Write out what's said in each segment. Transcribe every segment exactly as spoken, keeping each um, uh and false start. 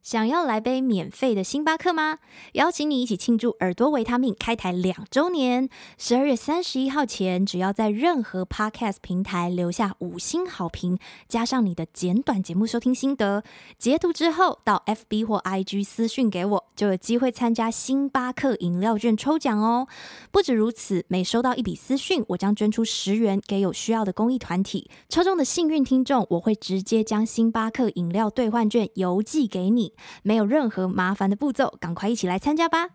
想要来杯免费的星巴克吗？邀请你一起庆祝耳朵维他命开台两周年。十二月三十一号前，只要在任何 Podcast 平台留下五星好评，加上你的简短节目收听心得，截图之后到 F B 或 I G 私讯给我，就有机会参加星巴克饮料券抽奖哦。不止如此，每收到一笔私讯，我将捐出十元给有需要的公益团体。抽中的幸运听众，我会直接将星巴克饮料兑换券邮寄给你，没有任何麻烦的步骤，赶快一起来参加吧！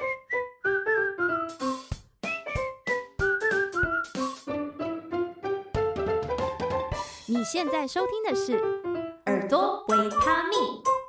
你现在收听的是耳朵维他命。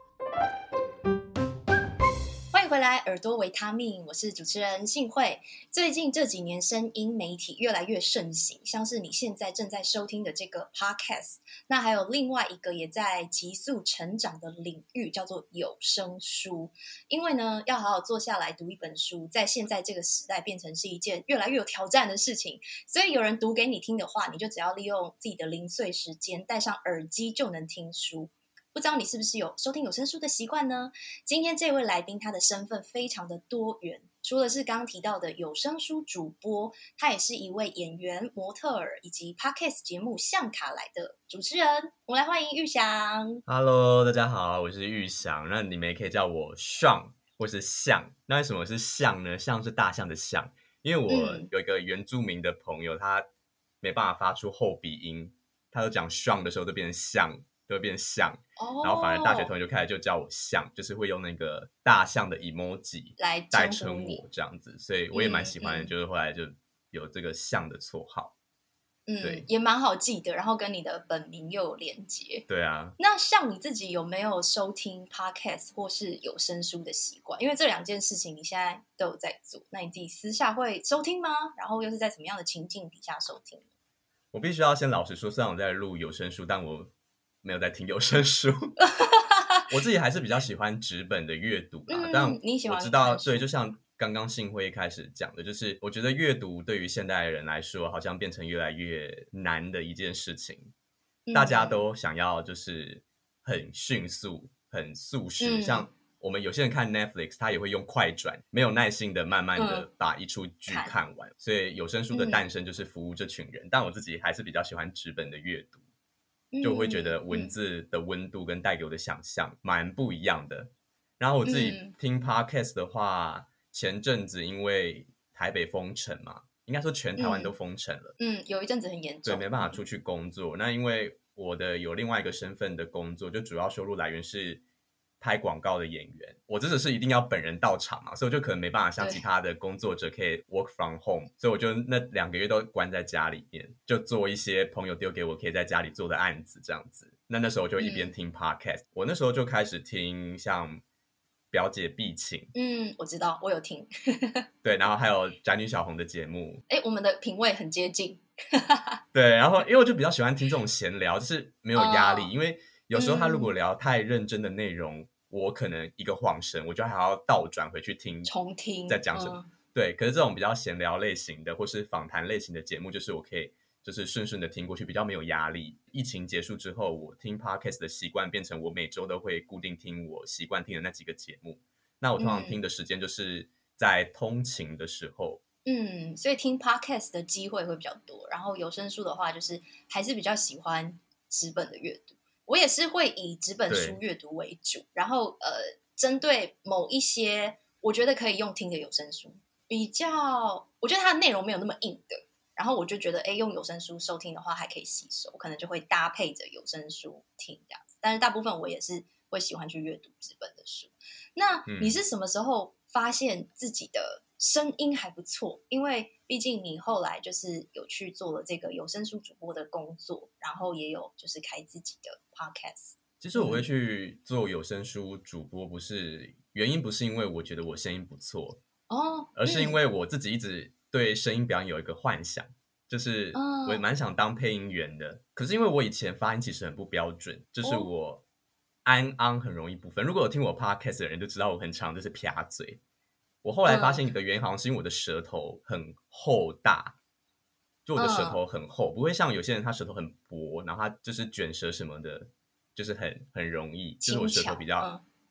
欢迎回来，耳朵维他命，我是主持人信慧。最近这几年，声音媒体越来越盛行，像是你现在正在收听的这个 podcast， 那还有另外一个也在急速成长的领域，叫做有声书。因为呢，要好好坐下来读一本书，在现在这个时代变成是一件越来越有挑战的事情。所以有人读给你听的话，你就只要利用自己的零碎时间，戴上耳机就能听书。不知道你是不是有收听有声书的习惯呢？今天这位来宾他的身份非常的多元，除了是刚刚提到的有声书主播，他也是一位演员、模特儿以及 Podcast 节目象卡来的主持人。我们来欢迎玉祥。 Hello， 大家好，我是玉祥，那你们也可以叫我 Sean 或是象。那为什么是象呢？象是大象的象，因为我有一个原住民的朋友，他没办法发出后鼻音，他就讲 Sean 的时候都变成象，都会变象、oh. 然后反而大学同学就开始就叫我象，就是会用那个大象的 emoji 来代称我这样子，所以我也蛮喜欢的、嗯、就是后来就有这个象的绰号。 嗯，对，也蛮好记的，然后跟你的本名又有连结。 对啊， 那像你自己有没有收听 podcast 或是有声书的习惯？因为这两件事情你现在都有在做，那你自己私下会收听吗？然后又是在什么样的情境底下收听？ 我必须要先老实说，虽然我在录有声书，但我没有在听有声书。我自己还是比较喜欢纸本的阅读啦、嗯、但我知道，对，就像刚刚信辉一开始讲的，就是我觉得阅读对于现代人来说好像变成越来越难的一件事情、嗯、大家都想要就是很迅速很速食、嗯、像我们有些人看 Netflix 他也会用快转，没有耐心的慢慢的把一出剧看完、嗯、所以有声书的诞生就是服务这群人、嗯、但我自己还是比较喜欢纸本的阅读，就会觉得文字的温度跟带给我的想象蛮不一样的。然后我自己听 podcast 的话、嗯、前阵子因为台北封城嘛，应该说全台湾都封城了， 嗯, 嗯，有一阵子很严重， 对，没办法出去工作、嗯、那因为我的有另外一个身份的工作，就主要收入来源是拍广告的演员，我这只是一定要本人到场嘛，所以我就可能没办法像其他的工作者可以 work from home， 所以我就那两个月都关在家里面，就做一些朋友丢给我可以在家里做的案子这样子。那那时候就一边听 podcast、嗯、我那时候就开始听像表姐必请， 嗯，我知道，我有听。 对，然后还有宅女小红的节目， 哎，我们的品味很接近。 对，然后因为我就比较喜欢听这种闲聊，就是没有压力、哦、因为有时候他如果聊太认真的内容、嗯，我可能一个晃神，我就还要倒转回去听重听在讲什么、嗯、对，可是这种比较闲聊类型的或是访谈类型的节目，就是我可以就是顺顺的听过去，比较没有压力。疫情结束之后，我听 podcast 的习惯变成我每周都会固定听我习惯听的那几个节目，那我通常听的时间就是在通勤的时候。 嗯，所以听 podcast 的机会会比较多，然后有声书的话就是还是比较喜欢纸本的阅读。我也是会以纸本书阅读为主，然后呃，针对某一些我觉得可以用听的有声书，比较我觉得它的内容没有那么硬的，然后我就觉得哎，用有声书收听的话还可以吸收，可能就会搭配着有声书听这样子。但是大部分我也是会喜欢去阅读纸本的书。那你是什么时候发现自己的声音还不错？因为毕竟你后来就是有去做了这个有声书主播的工作，然后也有就是开自己的 podcast。 其实我会去做有声书主播，不是原因不是因为我觉得我声音不错哦，而是因为我自己一直对声音表演有一个幻想，就是我蛮想当配音员的、哦、可是因为我以前发音其实很不标准，就是我安昂很容易不分，如果有听我 podcast 的人就知道我很常就是撇嘴。我后来发现一个原因好像是因为我的舌头很厚大，就我的舌头很厚、嗯、不会像有些人他舌头很薄，然后他就是卷舌什么的就是很很容易，就是我舌头比较、嗯、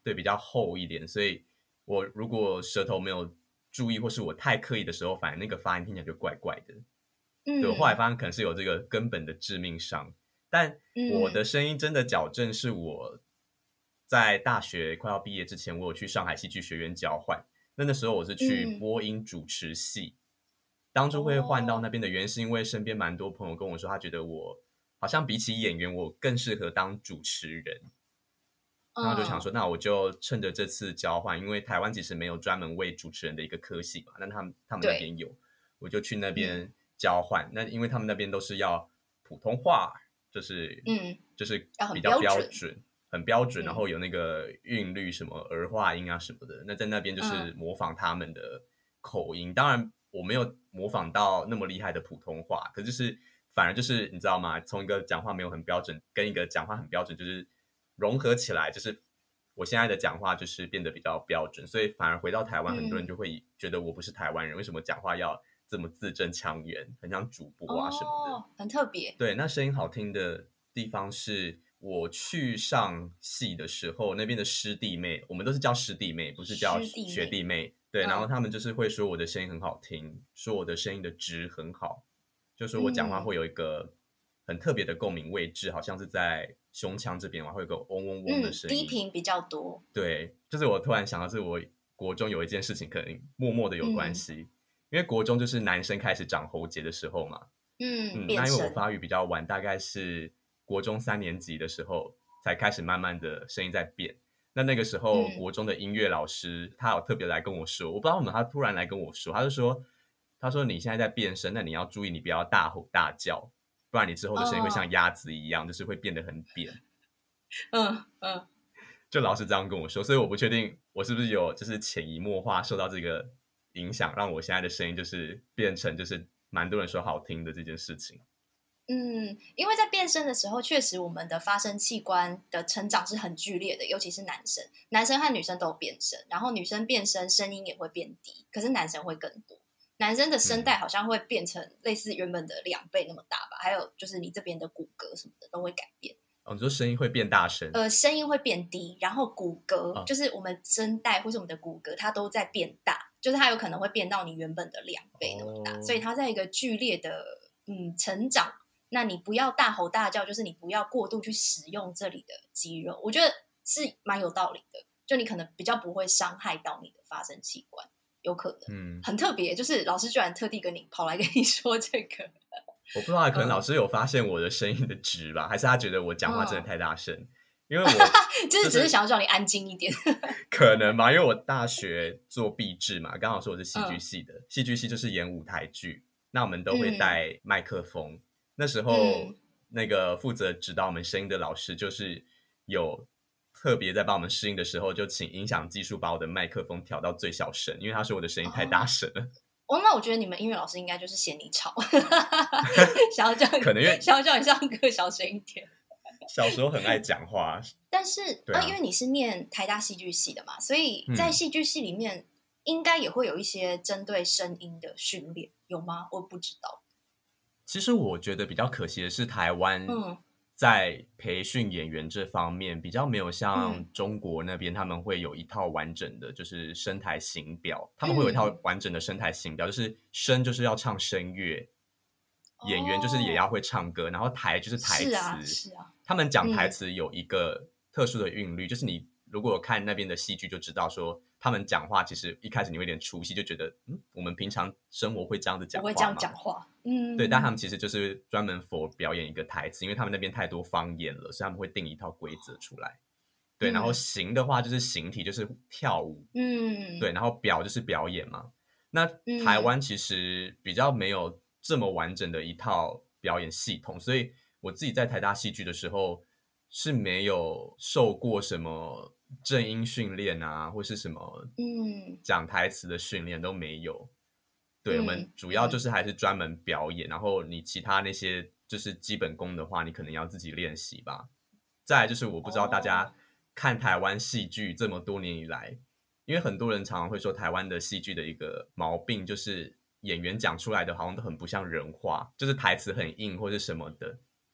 对，比较厚一点，所以我如果舌头没有注意，或是我太刻意的时候，反而那个发音听起来就怪怪的。嗯，对，我后来发现可能是有这个根本的致命伤。但我的声音真的矫正是我在大学快要毕业之前，我有去上海戏剧学院交换。那那时候我是去播音主持系，嗯、当初会换到那边的原因是因为身边蛮多朋友跟我说，他觉得我好像比起演员，我更适合当主持人。然后就想说，那我就趁着这次交换，因为台湾其实没有专门为主持人的一个科系嘛，那他们他们那边有，我就去那边交换。嗯、那因为他们那边都是要普通话，就是嗯，就是比较标准，很标准，然后有那个韵律什么儿化音啊什么的。那在那边就是模仿他们的口音，嗯、当然我没有模仿到那么厉害的普通话，可就是反而就是你知道吗？从一个讲话没有很标准，跟一个讲话很标准，就是融合起来，就是我现在的讲话就是变得比较标准，所以反而回到台湾，很多人就会觉得我不是台湾人，嗯、为什么讲话要这么字正腔圆，很像主播啊什么的， 哦、很特别。 对，那声音好听的地方是我去上戏的时候，那边的师弟妹，我们都是叫师弟妹，不是叫学弟妹。对，嗯、然后他们就是会说我的声音很好听，说我的声音的质很好，就说我讲话会有一个很特别的共鸣位置，好像是在胸腔这边嘛，会有个嗡嗡嗡的声音， 嗯、低频比较多。 对，就是我突然想到，是我国中有一件事情，可能默默的有关系，嗯、因为国中就是男生开始长喉结的时候嘛。嗯, 嗯那因为我发育比较晚，大概是国中三年级的时候才开始慢慢的声音在变。那那个时候、嗯、国中的音乐老师他有特别来跟我说，我不知道为什么他突然来跟我说，他就说他说你现在在变声，那你要注意你不要大吼大叫，不然你之后的声音会像鸭子一样、哦、就是会变得很扁。嗯嗯，就老师这样跟我说，所以我不确定我是不是有就是潜移默化受到这个影响，让我现在的声音就是变成就是蛮多人说好听的这件事情。 嗯，因为在变声的时候，确实我们的发声器官的成长是很剧烈的，尤其是男生，男生和女生都有变声，然后女生变声声音也会变低，可是男生会更多。男生的声带好像会变成类似原本的两倍那么大吧，嗯、还有就是你这边的骨骼什么的都会改变。 哦，你说声音会变大声？ 呃，声音会变低，然后骨骼、哦、就是我们声带或是我们的骨骼，它都在变大，就是它有可能会变到你原本的两倍那么大，哦、所以它在一个剧烈的嗯成长。那你不要大吼大叫，就是你不要过度去使用这里的肌肉，我觉得是蛮有道理的。就你可能比较不会伤害到你的发声器官，有可能，嗯，很特别，就是老师居然特地跟你跑来跟你说这个。 我不知道，可能老师有发现我的声音的值吧，嗯、还是他觉得我讲话真的太大声，嗯、因为我就是只是想要叫你安静一点， 可能吧，因为我大学做毕制嘛，刚好说我是戏剧系的，嗯、戏剧系就是演舞台剧，那我们都会带麦克风。嗯那时候、嗯、那个负责指导我们声音的老师就是有特别在帮我们试音的时候就请音响技术把我的麦克风调到最小声，因为他说我的声音太大声了。 哦，那我觉得你们音乐老师应该就是嫌你吵想要叫你可能因为想要叫你上课小声一点。 小时候很爱讲话， 但是、啊啊、因为你是念台大戏剧系的嘛，所以在戏剧系里面应该也会有一些针对声音的训练，有吗？我不知道。 其实我觉得比较可惜的是，台湾在培训演员这方面比较没有像中国那边，他们会有一套完整的就是声台形表，他们会有一套完整的声台形表，就是声就是要唱声乐，演员就是也要会唱歌，然后台就是台词， 是啊，是啊， 他们讲台词有一个特殊的韵律，就是你如果看那边的戏剧就知道说。他们讲话其实一开始你会有点出戏，就觉得嗯，我们平常生活会这样子讲话吗？ 我会这样讲话，嗯， 对，但他们其实就是专门 for 表演一个台词，因为他们那边太多方言了，所以他们会定一套规则出来。对，嗯、然后形的话就是形体，就是跳舞，嗯，对，然后表就是表演嘛。那台湾其实比较没有这么完整的一套表演系统，所以我自己在台大戏剧的时候是没有受过什么。正音训练啊，或是什么讲台词的训练都没有。对、嗯、我们主要就是还是专门表演、嗯、然后你其他那些就是基本功的话你可能要自己练习吧。再来就是我不知道大家看台湾戏剧这么多年以来、哦、因为很多人常常会说台湾的戏剧的一个毛病就是演员讲出来的好像都很不像人话，就是台词很硬或是什么的。嗯，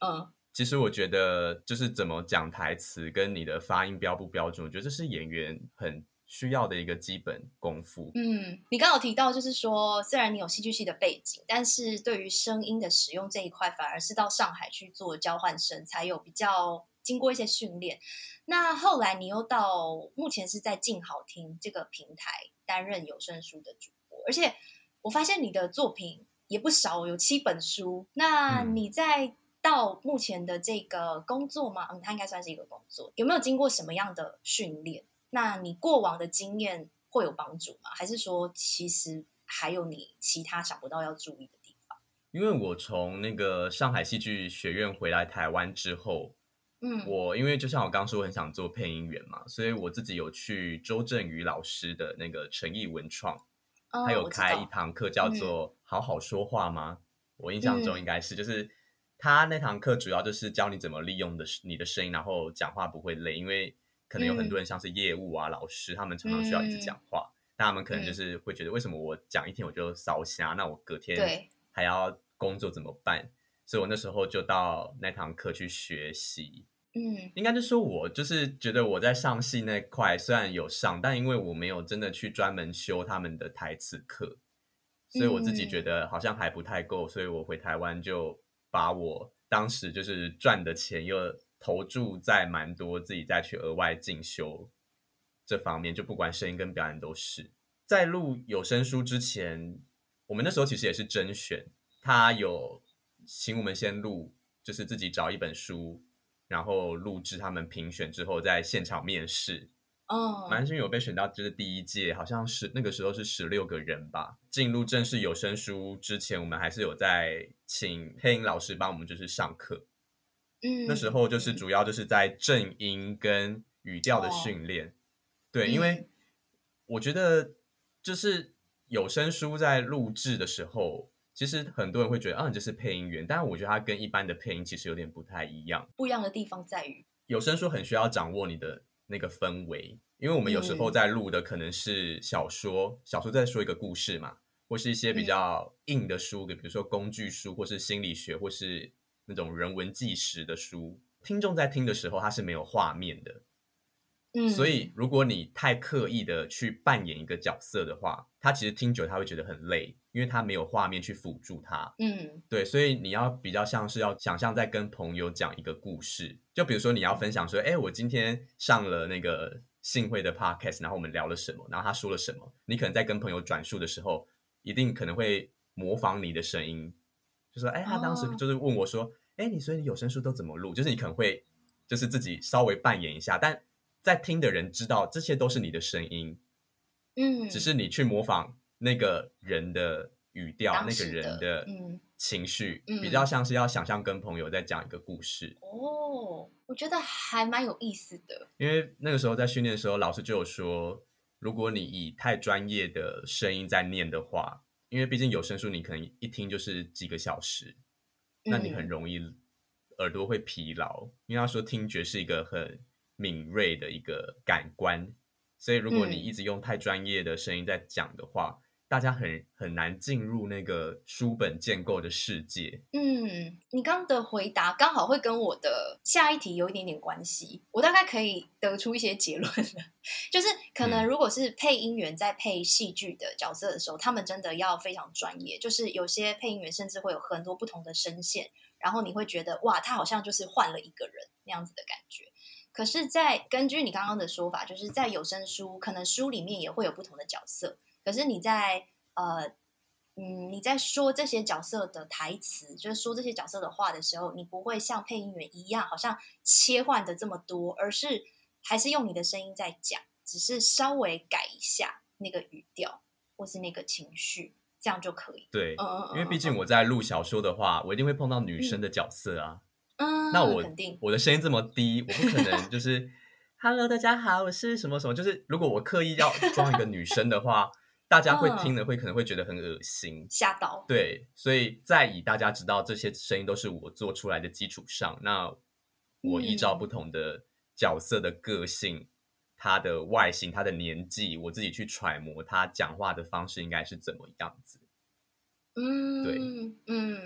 其实我觉得就是怎么讲台词跟你的发音标不标准，我觉得这是演员很需要的一个基本功夫。 嗯，你刚刚有提到就是说，虽然你有戏剧系的背景，但是对于声音的使用这一块，反而是到上海去做交换生，才有比较经过一些训练。那后来你又到目前是在静好听这个平台担任有声书的主播，而且我发现你的作品也不少，有七本书。那你在到目前的这个工作吗？嗯，它应该算是一个工作。有没有经过什么样的训练？那你过往的经验会有帮助吗？还是说其实还有你其他想不到要注意的地方？ 因为我从那个上海戏剧学院回来台湾之后，嗯，我因为就像我刚说很想做配音员嘛，所以我自己有去周振宇老师的那个诚毅文创，哦，他有开一堂课叫做好好说话吗？嗯，我印象中应该是，就是他那堂课主要就是教你怎么利用的你的声音，然后讲话不会累，因为可能有很多人像是业务啊、嗯、老师，他们常常需要一直讲话，那、嗯、他们可能就是会觉得为什么我讲一天我就烧瞎，那我隔天还要工作怎么办？所以我那时候就到那堂课去学习。嗯，应该就说我就是觉得我在上戏那块虽然有上，但因为我没有真的去专门修他们的台词课，所以我自己觉得好像还不太够，所以我回台湾就把我当时就是赚的钱又投注在蛮多自己再去额外进修这方面，就不管声音跟表演都是。在录有声书之前，我们那时候其实也是甄选，他有请我们先录，就是自己找一本书，然后录制他们评选之后在现场面试。哦，蛮幸运有被选到，就是第一届，好像是那个时候是十六个人吧。进入正式有声书之前，我们还是有在请配音老师帮我们就是上课。嗯，那时候就是主要就是在正音跟语调的训练。哦，对，因为我觉得就是有声书在录制的时候，其实很多人会觉得啊，你这是配音员，但是我觉得它跟一般的配音其实有点不太一样。 不一样的地方在于， 有声书很需要掌握你的那个氛围，因为我们有时候在录的可能是小说，嗯、小说在说一个故事嘛，或是一些比较硬的书，比如说工具书，或是心理学，或是那种人文纪实的书。听众在听的时候，他是没有画面的。嗯，所以如果你太刻意的去扮演一个角色的话，他其实听久他会觉得很累，因为他没有画面去辅助他。嗯，对，所以你要比较像是要想象在跟朋友讲一个故事，就比如说你要分享说，哎，我今天上了那个信慧的 podcast， 然后我们聊了什么，然后他说了什么，你可能在跟朋友转述的时候，一定可能会模仿你的声音，就说，哎，他当时就是问我说，哎、哦，你所以你有声书都怎么录？就是你可能会就是自己稍微扮演一下，但在听的人知道这些都是你的声音，嗯，只是你去模仿那个人的语调，那个人的情绪，嗯，比较像是要想象跟朋友在讲一个故事。 哦，我觉得还蛮有意思的。 因为那个时候在训练的时候，老师就有说，如果你以太专业的声音在念的话，因为毕竟有声书你可能一听就是几个小时，那你很容易耳朵会疲劳，因为他说听觉是一个很敏锐的一个感官，所以如果你一直用太专业的声音在讲的话，嗯、大家很很难进入那个书本建构的世界。 嗯，你刚刚的回答刚好会跟我的下一题有一点点关系，我大概可以得出一些结论了。就是可能如果是配音员在配戏剧的角色的时候，他们真的要非常专业，就是有些配音员甚至会有很多不同的声线，然后你会觉得哇，他好像就是换了一个人那样子的感觉。可是在根据你刚刚的说法，就是在有声书，可能书里面也会有不同的角色，可是你在呃，嗯，你在说这些角色的台词，就是说这些角色的话的时候，你不会像配音员一样，好像切换的这么多，而是还是用你的声音在讲，只是稍微改一下那个语调或是那个情绪，这样就可以。 对，嗯、因为毕竟我在录小说的话，我一定会碰到女生的角色啊。 嗯， 那我肯定我的声音这么低，我不可能就是Hello 大家好，我是什么什么，就是如果我刻意要装一个女生的话，大家会听了会可能会觉得很恶心， 吓到。 对，所以在以大家知道这些声音都是我做出来的基础上，那我依照不同的角色的个性、嗯、他的外形、他的年纪，我自己去揣摩他讲话的方式应该是怎么样子。 嗯，对，嗯。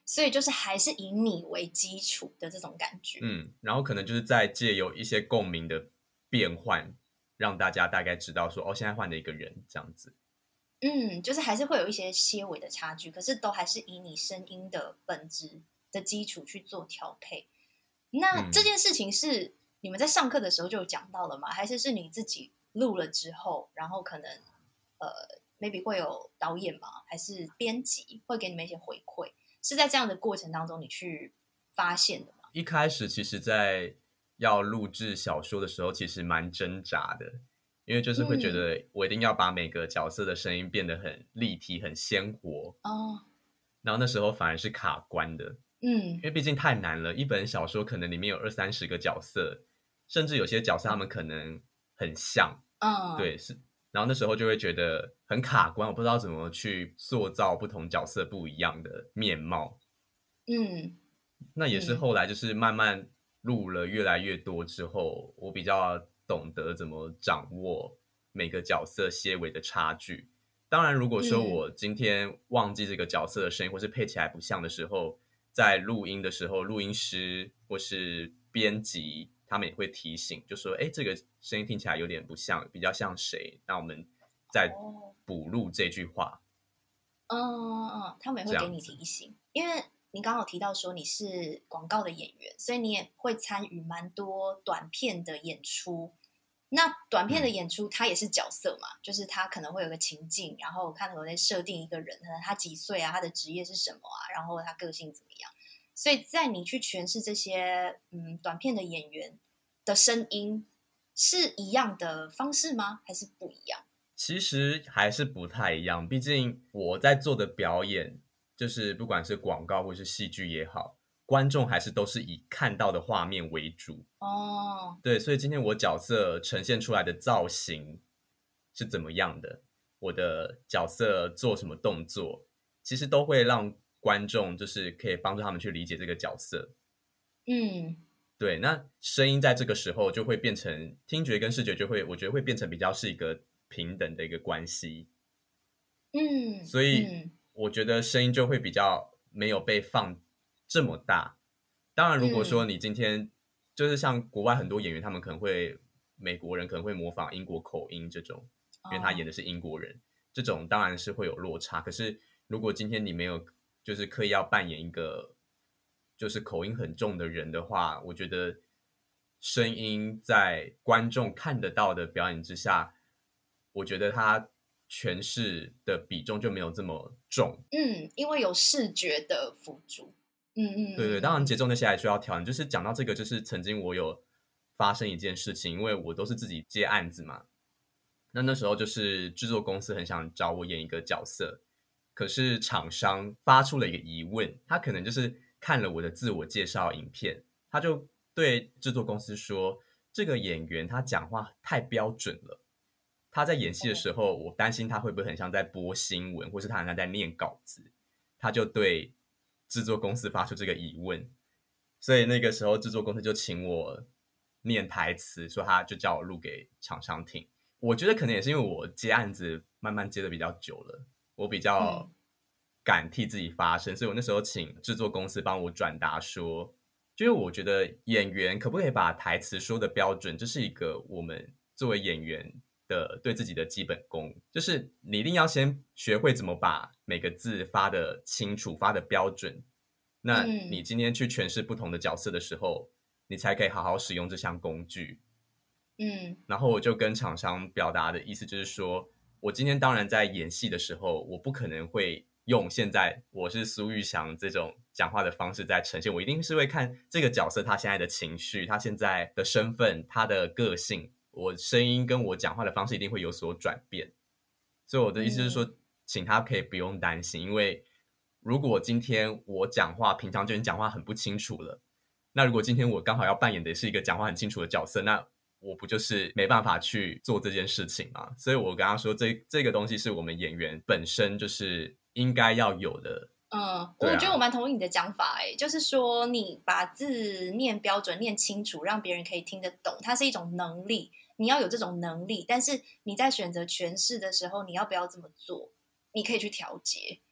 所以就是还是以你为基础的这种感觉。 嗯，然后可能就是在借由一些共鸣的变换，让大家大概知道说，哦，现在换了一个人这样子。 嗯，就是还是会有一些些微的差距，可是都还是以你声音的本质的基础去做调配。那这件事情是你们在上课的时候就有讲到了吗？还是是你自己录了之后，然后可能呃 maybe 会有导演吗？还是编辑会给你们一些回馈？是在这样的过程当中你去发现的吗？ 一开始其实在要录制小说的时候其实蛮挣扎的，因为就是会觉得我一定要把每个角色的声音变得很立体很鲜活哦，然后那时候反而是卡关的。嗯，因为毕竟太难了，一本小说可能里面有二三十个角色，甚至有些角色他们可能很像，嗯，对，是，然后那时候就会觉得很卡关，我不知道怎么去塑造不同角色不一样的面貌。嗯，那也是后来就是慢慢录了越来越多之后，我比较懂得怎么掌握每个角色些微的差距。当然，如果说我今天忘记这个角色的声音，或是配起来不像的时候，在录音的时候，录音师或是编辑他们也会提醒，就说：“哎，这个声音听起来有点不像，比较像谁？那我们再补录这句话。” 嗯嗯嗯，他们也会给你提醒，因为你刚刚有提到说你是广告的演员，所以你也会参与蛮多短片的演出。那短片的演出，它也是角色嘛，嗯、就是他可能会有个情境，然后看我在设定一个人，可能他几岁啊，他的职业是什么啊，然后他个性怎么样。所以在你去诠释这些嗯短片的演员的声音，是一样的方式吗？还是不一样？ 其实还是不太一样，毕竟我在做的表演，就是不管是广告或是戏剧也好，观众还是都是以看到的画面为主哦。对，所以今天我角色呈现出来的造型是怎么样的，我的角色做什么动作，其实都会让观众就是可以帮助他们去理解这个角色。嗯，对，那声音在这个时候就会变成听觉跟视觉就会，我觉得会变成比较是一个平等的一个关系。嗯，所以我觉得声音就会比较没有被放这么大。当然，如果说你今天就是像国外很多演员，他们可能会美国人可能会模仿英国口音这种，因为他演的是英国人，这种当然是会有落差。可是如果今天你没有就是刻意要扮演一个就是口音很重的人的话，我觉得声音在观众看得到的表演之下，我觉得他诠释的比重就没有这么重。 嗯，因为有视觉的辅助。嗯嗯， 对对，当然节奏那些还需要调整。就是讲到这个，就是曾经我有发生一件事情，因为我都是自己接案子嘛。那那时候就是制作公司很想找我演一个角色，可是厂商发出了一个疑问，他可能就是看了我的自我介绍影片，他就对制作公司说，这个演员他讲话太标准了，他在演戏的时候，我担心他会不会很像在播新闻，或是他好像在念稿子，他就对制作公司发出这个疑问，所以那个时候制作公司就请我念台词，说他就叫我录给厂商听。我觉得可能也是因为我接案子慢慢接的比较久了，我比较敢替自己发声，所以我那时候请制作公司帮我转达说，就是我觉得演员可不可以把台词说的标准，这是一个我们作为演员的对自己的基本功，就是你一定要先学会怎么把每个字发的清楚，发的标准。那你今天去诠释不同的角色的时候，你才可以好好使用这项工具。嗯，然后我就跟厂商表达的意思就是说，我今天当然在演戏的时候，我不可能会用现在我是苏玉祥这种讲话的方式在呈现，我一定是会看这个角色他现在的情绪，他现在的身份，他的个性，我声音跟我讲话的方式一定会有所转变。所以我的意思就是说，嗯、请他可以不用担心，因为如果今天我讲话平常就已经讲话很不清楚了，那如果今天我刚好要扮演的是一个讲话很清楚的角色，那我不就是没办法去做这件事情吗？所以我跟他说这这个东西是我们演员本身就是应该要有的。 嗯，啊、我觉得我蛮同意你的讲法，哎，就是说你把字念标准、念清楚，让别人可以听得懂，它是一种能力，你要有这种能力。但是你在选择诠释的时候，你要不要这么做？你可以去调节。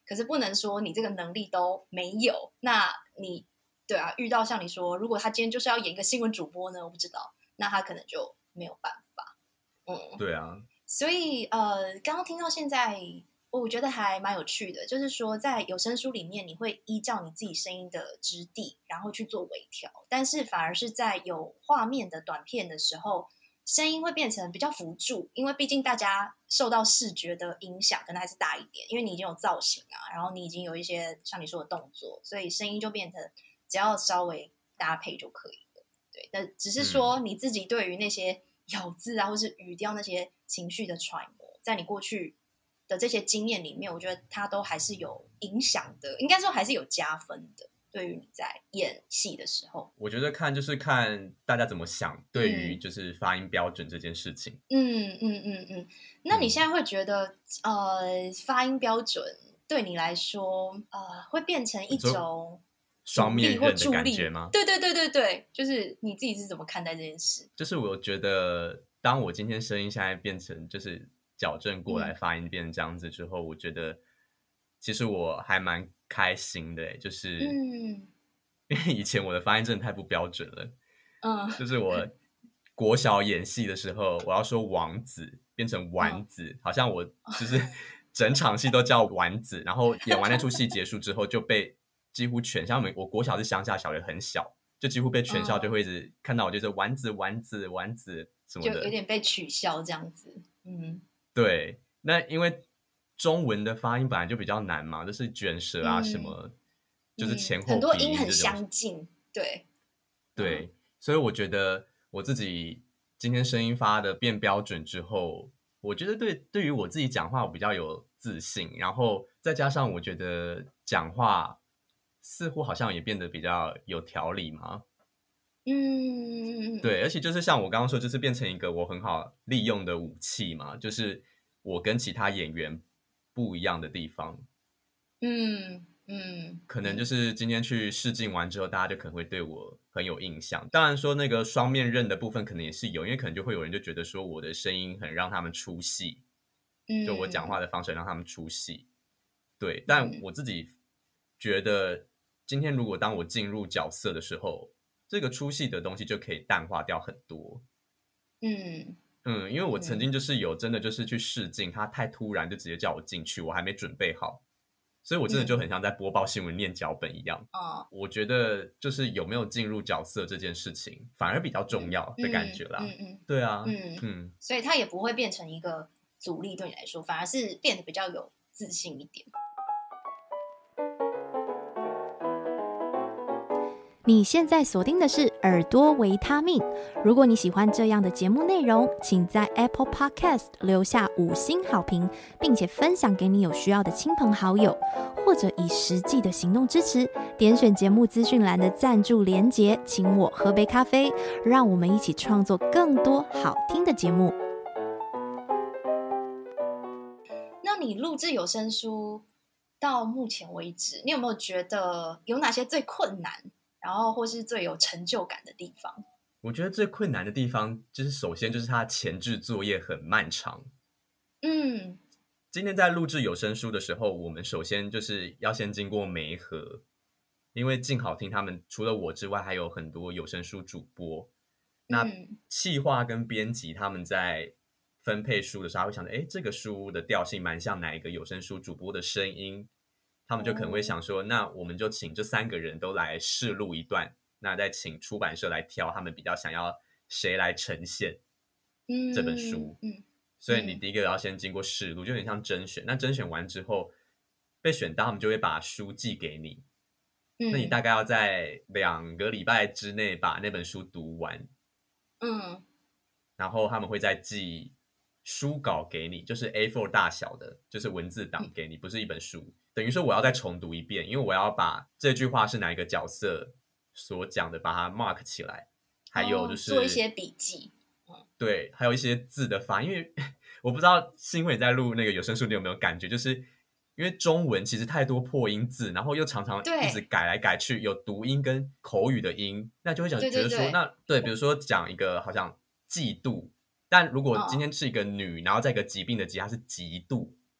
可是不能说你这个能力都没有。那你对啊，遇到像你说，如果他今天就是要演一个新闻主播呢，我不知道，那他可能就没有办法。嗯， 对啊。 所以呃，刚刚听到现在，我觉得还蛮有趣的，就是说在有声书里面，你会依照你自己声音的质地，然后去做微调，但是反而是在有画面的短片的时候，声音会变成比较辅助，因为毕竟大家受到视觉的影响可能还是大一点，因为你已经有造型啊，然后你已经有一些像你说的动作，所以声音就变成只要稍微搭配就可以了。对，但只是说你自己对于那些咬字啊，或是语调那些情绪的揣摩，在你过去的这些经验里面，我觉得它都还是有影响的，应该说还是有加分的。对于你在演戏的时候， 我觉得看就是看大家怎么想，对于就是发音标准这件事情。 嗯嗯嗯嗯。那你现在会觉得，嗯、呃，发音标准对你来说，呃，会变成一种双面刃的感觉吗？ 对对对对对，就是你自己是怎么看待这件事？ 就是我觉得，当我今天声音现在变成就是矫正过来，嗯、发音变成这样子之后，我觉得其实我还蛮开心的，就是，嗯，因为以前我的发音真的太不标准了，嗯，就是我国小演戏的时候，我要说王子变成丸子，嗯、好像我就是整场戏都叫丸子，然后演完那出戏结束之后就被几乎全校，我国小是乡下小学很小。就几乎被全校就会一直看到我，就是丸子丸子丸子什么的， 就有点被取笑这样子。嗯， 对。那因为中文的发音本来就比较难嘛，就是卷舌啊什么，嗯、就是前后鼻音、嗯、 很多音很相近。对对、嗯，所以我觉得我自己今天声音发的变标准之后，我觉得对对于我自己讲话我比较有自信，然后再加上我觉得讲话似乎好像也变得比较有条理嘛。嗯，对，而且就是像我刚刚说，就是变成一个我很好利用的武器嘛，就是我跟其他演员不一样的地方。嗯嗯，可能就是今天去试镜完之后，大家就可能会对我很有印象。当然说那个双面刃的部分可能也是有，因为可能就会有人就觉得说我的声音很让他们出戏，就我讲话的方式让他们出戏。对，但我自己觉得今天如果当我进入角色的时候，这个出戏的东西就可以淡化掉很多。嗯嗯，因为我曾经就是有真的就是去试镜，他太突然就直接叫我进去，我还没准备好，所以我真的就很像在播报新闻念脚本一样。哦、嗯，我觉得就是有没有进入角色这件事情反而比较重要的感觉啦。嗯 嗯, 嗯，对啊，嗯嗯，所以它也不会变成一个阻力对你来说，反而是变得比较有自信一点。 你现在锁定的是耳朵维他命。如果你喜欢这样的节目内容，请在 Apple Podcast 留下五星好评，并且分享给你有需要的亲朋好友，或者以实际的行动支持，点选节目资讯栏的赞助连结，请我喝杯咖啡，让我们一起创作更多好听的节目。 那你录制有声书到目前为止，你有没有觉得有哪些最困难，然后或是最有成就感的地方？ 我觉得最困难的地方就是首先就是它前置作业很漫长。嗯，今天在录制有声书的时候，我们首先就是要先经过媒合，因为静好听他们除了我之外还有很多有声书主播，那企划跟编辑他们在分配书的时候，他会想着诶这个书的调性蛮像哪一个有声书主播的声音，他们就可能会想说、哦、那我们就请这三个人都来试录一段，那再请出版社来挑他们比较想要谁来呈现这本书、嗯嗯、所以你第一个要先经过试录，就有点像甄选，那甄选完之后被选到，他们就会把书寄给你、嗯、那你大概要在两个礼拜之内把那本书读完，嗯，然后他们会再寄书稿给你，就是 A 四 大小的，就是文字档给你、嗯、不是一本书，等于说我要再重读一遍，因为我要把这句话是哪一个角色所讲的把它 mark 起来，还有就是、 哦、做一些笔记、 嗯、对，还有一些字的发音，因为我不知道新慧在录那个有声书你有没有感觉，就是因为中文其实太多破音字，然后又常常一直改来改去，有读音跟口语的音，那就会想觉得说，对对对，那对，比如说讲一个好像嫉妒，但如果今天是一个女、哦、然后再一个疾病的疾，它是极度，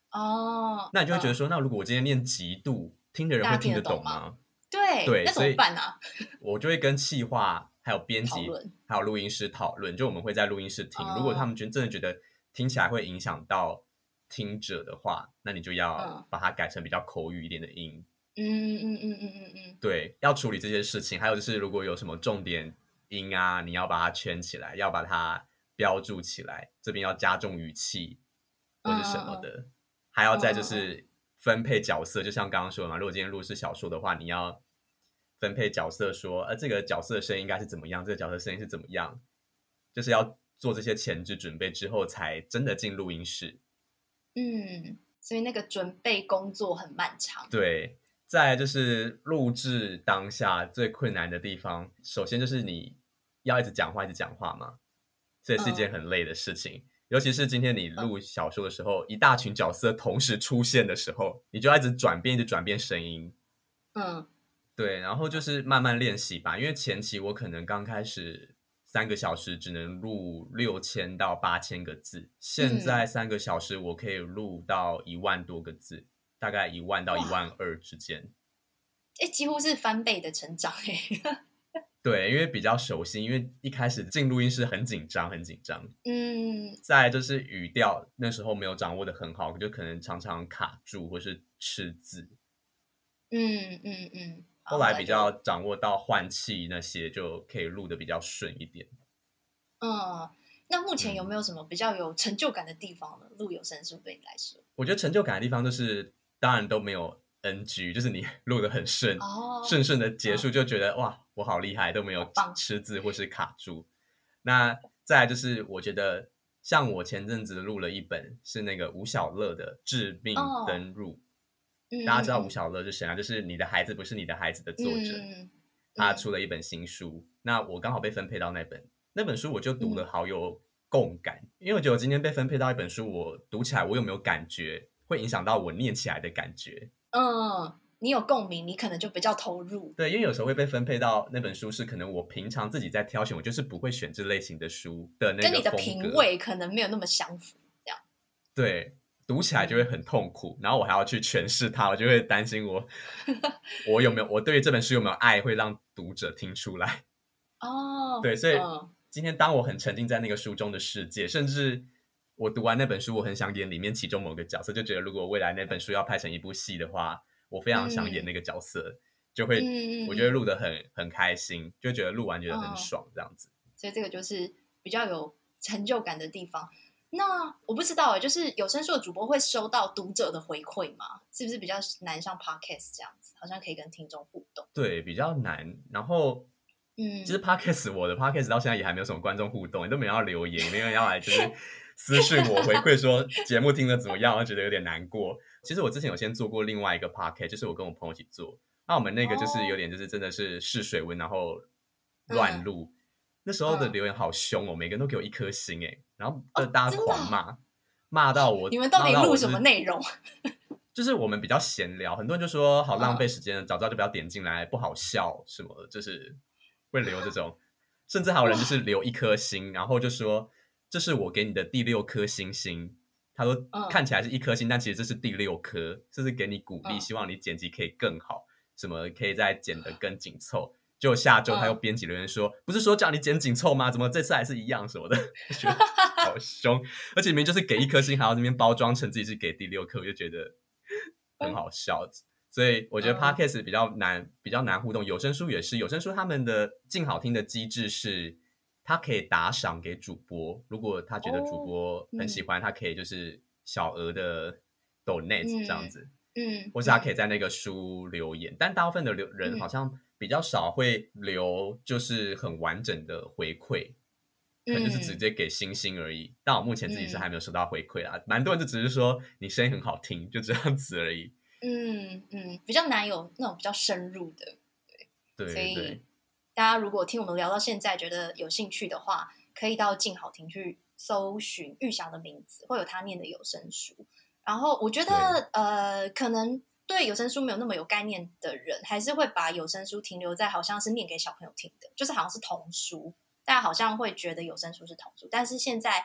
哦， 那你就会觉得说，嗯、那如果我今天念极度，听的人会听得懂吗？ 对对， 那怎么办啊？ 我就会跟企划还有编辑还有录音师讨论，就我们会在录音室听，哦、如果他们真的觉得听起来会影响到听者的话，那你就要把它改成比较口语一点的音。 嗯嗯嗯嗯嗯嗯， 对，要处理这些事情。还有就是，如果有什么重点音啊，你要把它圈起来，要把它标注起来，这边要加重语气或是什么的。嗯嗯嗯，还要再就是分配角色，就像刚刚说的嘛，如果今天录是小说的话，你要分配角色说，呃，这个角色的声音应该是怎么样，这个角色的声音是怎么样，就是要做这些前置准备之后，才真的进录音室。 嗯，所以那个准备工作很漫长。 对。再来就是录制当下最困难的地方，首先就是你要一直讲话一直讲话嘛，这也是一件很累的事情、嗯、尤其是今天你录小说的时候、嗯、一大群角色同时出现的时候，你就要一直转变一直转变声音。 嗯， 对，然后就是慢慢练习吧，因为前期我可能刚开始三个小时只能录六千到八千个字，现在三个小时我可以录到一万多个字，大概一万到一万二之间， 哎，几乎是翻倍的成长哎。 对，因为比较熟悉，因为一开始进录音室很紧张，很紧张。 嗯， 再来就是语调，那时候没有掌握的很好，就可能常常卡住或是吃字。 嗯嗯嗯。 后来比较掌握到换气那些，就可以录的比较顺一点。 嗯，那目前有没有什么比较有成就感的地方呢？嗯、录有声书对你来说， 我觉得成就感的地方就是，当然都没有 N G， 就是你录的很顺，哦、顺顺的结束，就觉得、嗯、哇，我好厉害，都没有吃字或是卡住。那再来就是，我觉得像我前阵子录了一本是那个吴小乐的《致命登入》。哦，大家知道吴小乐是谁啊？就是你的孩子不是你的孩子的作者、嗯、他出了一本新书、嗯、那我刚好被分配到那本那本书，我就读了好有共感、嗯、因为我觉得我今天被分配到一本书，我读起来我有没有感觉会影响到我念起来的感觉。 嗯，你有共鸣，你可能就比较投入。 对，因为有时候会被分配到那本书是可能我平常自己在挑选，我就是不会选这类型的书的那个风格， 跟你的品味可能没有那么相符这样。 对，读起来就会很痛苦、嗯、然后我还要去诠释它，我就会担心我我有没有我对于这本书有没有爱会让读者听出来。 哦， 对，所以今天当我很沉浸在那个书中的世界，甚至我读完那本书我很想演里面其中某个角色，就觉得如果未来那本书要拍成一部戏的话，我非常想演那个角色、嗯、就会、嗯、我觉得录得很很开心，就觉得录完觉得很爽、哦、这样子。 所以这个就是比较有成就感的地方。那我不知道哎，就是有声书的主播会收到读者的回馈吗？是不是比较难像 podcast 这样子，好像可以跟听众互动？ 对，比较难。然后，嗯，其实 podcast 我的 podcast 到现在也还没有什么观众互动，也都没有要留言，也没有人要来就是私讯我回馈说节目听得怎么样，我觉得有点难过。其实我之前有先做过另外一个 podcast， 就是我跟我朋友一起做，那我们那个就是有点就是真的是试水温，然后乱录。嗯，那时候的留言好凶哦，嗯、每个人都给我一颗星哎，然后大家狂骂，骂、哦、到我。 你们到底录什么内容？ 就是我们比较闲聊，很多人就说好浪费时间，早知道就不要点进来，不好笑什么的，就是会留这种，甚至还有人就是留一颗星，然后就说这是我给你的第六颗星星。他说、嗯、看起来是一颗星，但其实这是第六颗，这是给你鼓励、嗯，希望你剪辑可以更好，什么可以再剪得更紧凑。就下周他又编辑留言说、嗯、不是说叫你剪紧凑吗？怎么这次还是一样什么的，觉得好凶。而且明明就是给一颗星，还要那边包装成自己是给第六颗，我就觉得很好笑。嗯、所以我觉得 podcast 比较难、嗯、比较难互动。有声书也是，有声书他们的静好听的机制是他可以打赏给主播，如果他觉得主播很喜欢、哦嗯、他可以就是小额的 donate 这样子，嗯，或是他可以在那个书留言、嗯、但大部分的人好像比较少会留就是很完整的回馈，可能就是直接给星星而已、嗯、但我目前自己是还没有收到回馈啦，蛮多人就只是说你声音很好听，就这样子而已。 嗯嗯，比较难有那种比较深入的。 对对，所以大家如果听我们聊到现在觉得有兴趣的话，可以到静好听去搜寻玉祥的名字，会有他念的有声书。然后我觉得呃，可能对有声书没有那么有概念的人，还是会把有声书停留在好像是念给小朋友听的，就是好像是童书，大家好像会觉得有声书是童书。但是现在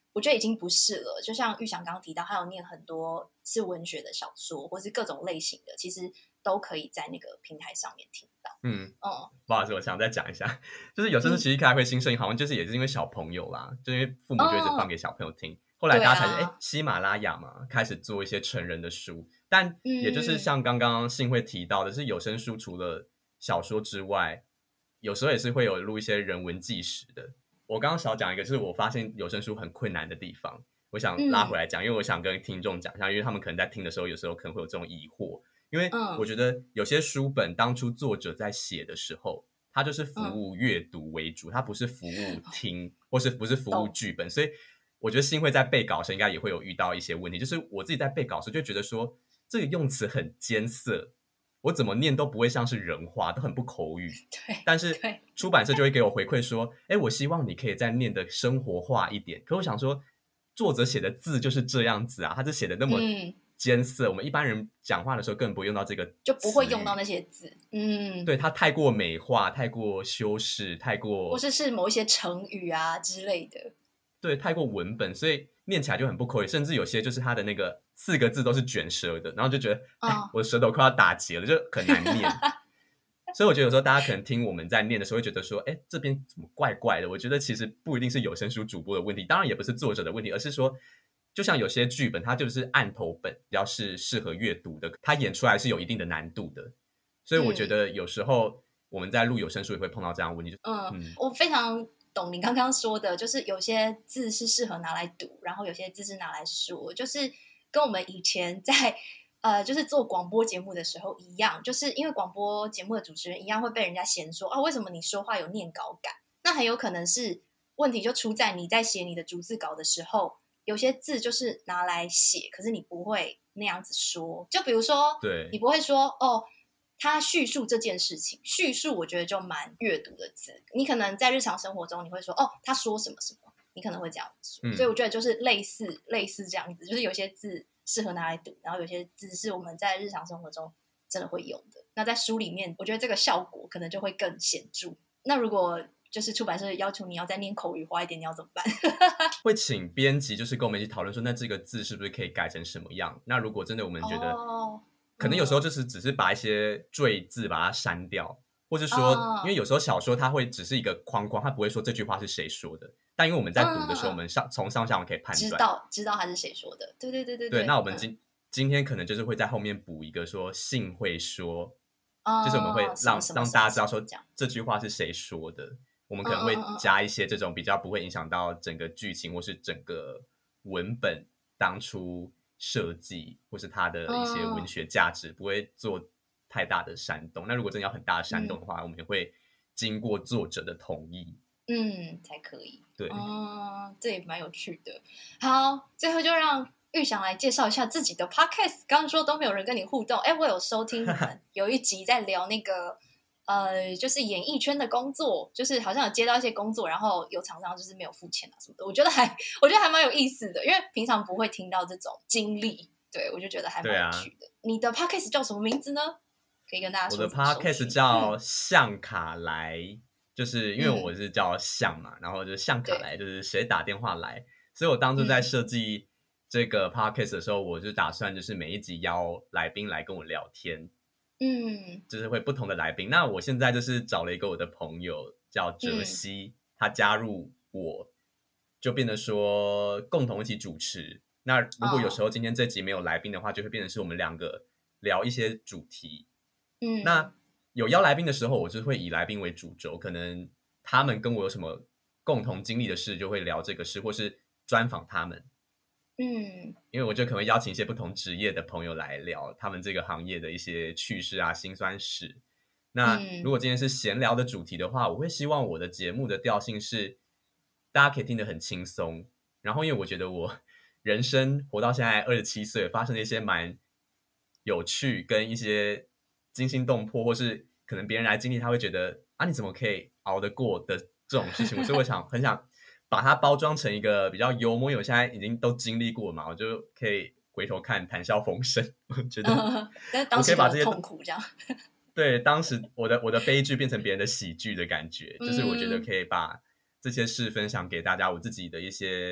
我觉得已经不是了。就像玉祥刚刚提到，他有念很多是文学的小说，或是各种类型的，其实都可以在那个平台上面听到。 嗯嗯，不好意思，我想再讲一下，就是有声书其实一开始会兴盛，好像就是也是因为小朋友啦，就因为父母就一直放给小朋友听，哦、后来大家才哎、啊，喜马拉雅嘛，开始做一些成人的书，但也就是像刚刚信慧提到的，是有声书除了小说之外，有时候也是会有录一些人文纪实的。我刚刚少讲一个，就是我发现有声书很困难的地方，我想拉回来讲，嗯、因为我想跟听众讲一下，因为他们可能在听的时候，有时候可能会有这种疑惑。因为我觉得有些书本当初作者在写的时候，他就是服务阅读为主，他不是服务听，或是不是服务剧本，所以我觉得信慧在背稿时应该也会有遇到一些问题，就是我自己在背稿时就觉得说这个用词很艰涩，我怎么念都不会像是人话，都很不口语。 对， 但是出版社就会给我回馈说，哎，我希望你可以再念得生活化一点。可我想说，作者写的字就是这样子啊，他是写的那么艰涩、嗯，我们一般人讲话的时候根本不会用到这个， 就不会用到那些字。嗯， 对，它太过美化，太过修饰，太过， 或是是某一些成语啊之类的。 对，太过文本，所以念起来就很不口语，甚至有些就是它的那个四个字都是卷舌的，然后就觉得，哎、哦，我的舌头快要打结了，就很难念。所以我觉得有时候大家可能听我们在念的时候，会觉得说，哎，这边怎么怪怪的？我觉得其实不一定是有声书主播的问题，当然也不是作者的问题，而是说，就像有些剧本，它就是案头本，比较是适合阅读的，它演出来是有一定的难度的。所以我觉得有时候我们在录有声书也会碰到这样的问题。 嗯，嗯我非常懂你刚刚说的，就是有些字是适合拿来读，然后有些字是拿来说，就是跟我们以前在呃，就是做广播节目的时候一样，就是因为广播节目的主持人一样会被人家嫌说啊，为什么你说话有念稿感？那很有可能是问题就出在你在写你的逐字稿的时候，有些字就是拿来写，可是你不会那样子说。就比如说， 对， 你不会说哦，他叙述这件事情，叙述我觉得就蛮阅读的字。你可能在日常生活中你会说哦，他说什么什么，你可能会这样说。嗯、所以我觉得就是类似类似这样子，就是有些字适合拿来读，然后有些字是我们在日常生活中真的会用的。那在书里面，我觉得这个效果可能就会更显著。那如果就是出版社要求你要再念口语化一点，你要怎么办？ 会请编辑就是跟我们一起讨论说，那这个字是不是可以改成什么样？那如果真的我们觉得、哦、可能有时候就是只是把一些赘字把它删掉，或是说、哦、因为有时候小说它会只是一个框框，它不会说这句话是谁说的，但因为我们在读的时候、嗯、我们上从上下文可以判断， 知道知道他是谁说的。对对对对对, 对那我们今、嗯、今天可能就是会在后面补一个说信会说、哦、就是我们会让让大家知道说这句话是谁说的，我们可能会加一些这种比较不会影响到整个剧情或是整个文本当初设计或是它的一些文学价值、嗯、不会做太大的煽动。那如果真的要很大的煽动的话、嗯、我们也会经过作者的同意嗯才可以。 对， 嗯，这也蛮有趣的。好，最后就让玉祥来介绍一下自己的 podcast。 刚刚说都没有人跟你互动，哎，我有收听你们有一集在聊那个呃，就是演艺圈的工作，就是好像有接到一些工作，然后有厂商就是没有付钱啊什么的，我觉得还我觉得还蛮有意思的，因为平常不会听到这种经历，对，我就觉得还蛮有趣的、啊、你的 podcast 叫什么名字呢？可以跟大家说。 我的 podcast 叫向卡来、嗯、就是因为我是叫向嘛、嗯、然后就是向卡来就是谁打电话来，所以我当初在设计这个 podcast 的时候、嗯、我就打算就是每一集邀来宾来跟我聊天，嗯，就是会不同的来宾。那我现在就是找了一个我的朋友叫哲熙、嗯、他加入我就变得说共同一起主持。那如果有时候今天这集没有来宾的话、哦、就会变成是我们两个聊一些主题。嗯，那有邀来宾的时候我就会以来宾为主轴，可能他们跟我有什么共同经历的事就会聊这个事，或是专访他们。嗯，因为我就可能会邀请一些不同职业的朋友来聊他们这个行业的一些趣事啊、辛酸史。那如果今天是闲聊的主题的话，我会希望我的节目的调性是大家可以听得很轻松，然后因为我觉得我人生活到现在二十七岁，发生了一些蛮有趣跟一些惊心动魄，或是可能别人来经历他会觉得啊你怎么可以熬得过的这种事情，所以我想很想把它包装成一个比较幽默，因为我现在已经都经历过嘛，我就可以回头看谈笑风生。我觉得但是当时有痛苦这样对，当时我的我的悲剧变成别人的喜剧的感觉、嗯、就是我觉得可以把这些事分享给大家，我自己的一些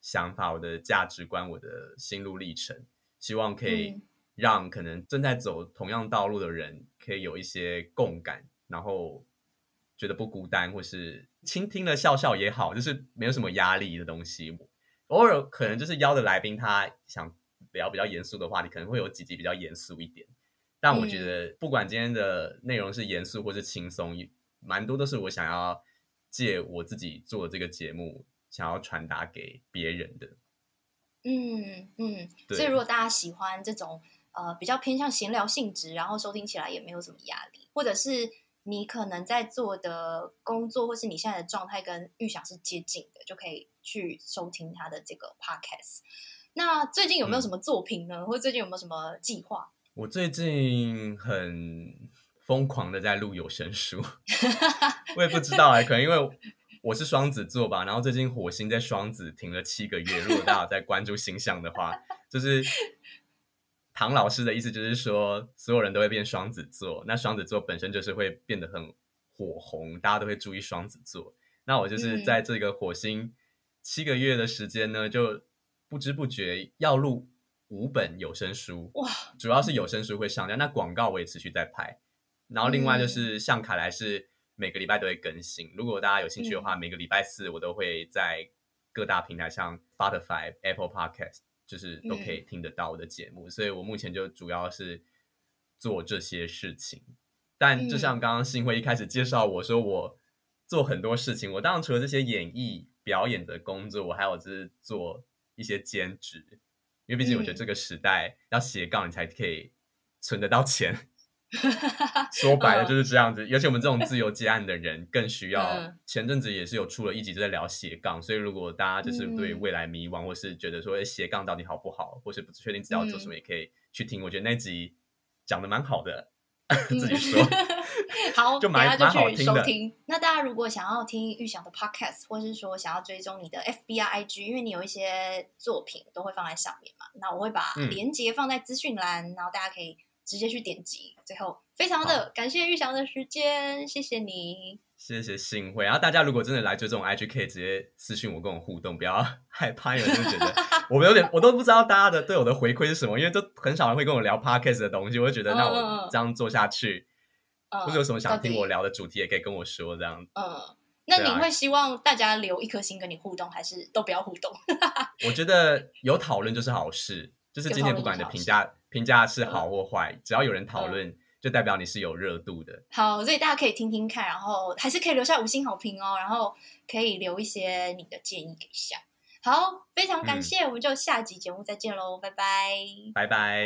想法、我的价值观、我的心路历程，希望可以让可能正在走同样道路的人可以有一些共感，然后觉得不孤单，或是倾听了笑笑也好，就是没有什么压力的东西。偶尔可能就是邀的来宾他想聊比较严肃的话题，可能会有几集比较严肃一点，但我觉得不管今天的内容是严肃或是轻松，蛮多都是我想要借我自己做的这个节目想要传达给别人的。 嗯嗯，所以如果大家喜欢这种呃比较偏向闲聊性质，然后收听起来也没有什么压力，或者是你可能在做的工作或是你现在的状态跟预想是接近的，就可以去收听他的这个 podcast。 那最近有没有什么作品呢、嗯、或者最近有没有什么计划？ 我最近很疯狂的在录有声书我也不知道、欸、可能因为我是双子座吧，然后最近火星在双子停了七个月，如果大家有在关注星象的话就是唐老师的意思就是说所有人都会变双子座，那双子座本身就是会变得很火红，大家都会注意双子座。那我就是在这个火星七个月的时间呢、嗯、就不知不觉要录五本有声书，哇！主要是有声书会上架，那广告我也持续在拍，然后另外就是像凯莱是每个礼拜都会更新，如果大家有兴趣的话、嗯、每个礼拜四我都会在各大平台像 Spotify、Apple Podcast 就是都可以听得到我的节目、嗯、所以我目前就主要是做这些事情。但就像刚刚信慧一开始介绍我说我做很多事情，我当然除了这些演艺表演的工作，我还有就是做一些兼职，因为毕竟我觉得这个时代要斜杠你才可以存得到钱说白了就是这样子，尤其我们这种自由接案的人更需要。前阵子也是有出了一集就在聊斜杠，所以如果大家就是对未来迷惘，或是觉得说斜杠到底好不好，或是不确定自己要做什么，也可以去听，我觉得那集讲的蛮好的自己说好， 就蛮等下就去收听。那大家如果想要听玉祥的 podcast， 或是说想要追踪你的 F B I G， 因为你有一些作品都会放在上面嘛，那我会把连结放在资讯栏、嗯、然后大家可以直接去点击。最后非常的感谢玉祥的时间，谢谢你， 谢谢信慧。然后大家如果真的来追踪 I G， 可以直接私讯我跟我互动，不要害怕有人就觉得我们有点我都不知道大家的对我的回馈是什么，因为都很少人会跟我聊 podcast 的东西，我就觉得那我这样做下去、嗯、或者有什么想听我聊的主题也可以跟我说这样。 嗯，那你会希望大家留一颗心跟你互动，还是都不要互动？ 我觉得有讨论就是好事，就是今天不管你的评价评价是好或坏、嗯、只要有人讨论、嗯、就代表你是有热度的。 好，所以大家可以听听看，然后还是可以留下五星好评哦，然后可以留一些你的建议给下。好，非常感谢、嗯、我们就下集节目再见咯，拜拜拜拜。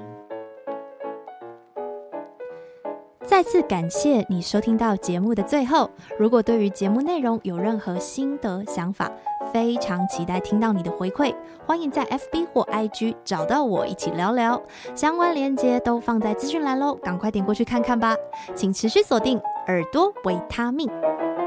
再次感谢你收听到节目的最后，如果对于节目内容有任何心得想法，非常期待听到你的回馈，欢迎在 F B 或 I G 找到我一起聊聊，相关连结都放在资讯栏咯，赶快点过去看看吧。请持续锁定耳朵维他命。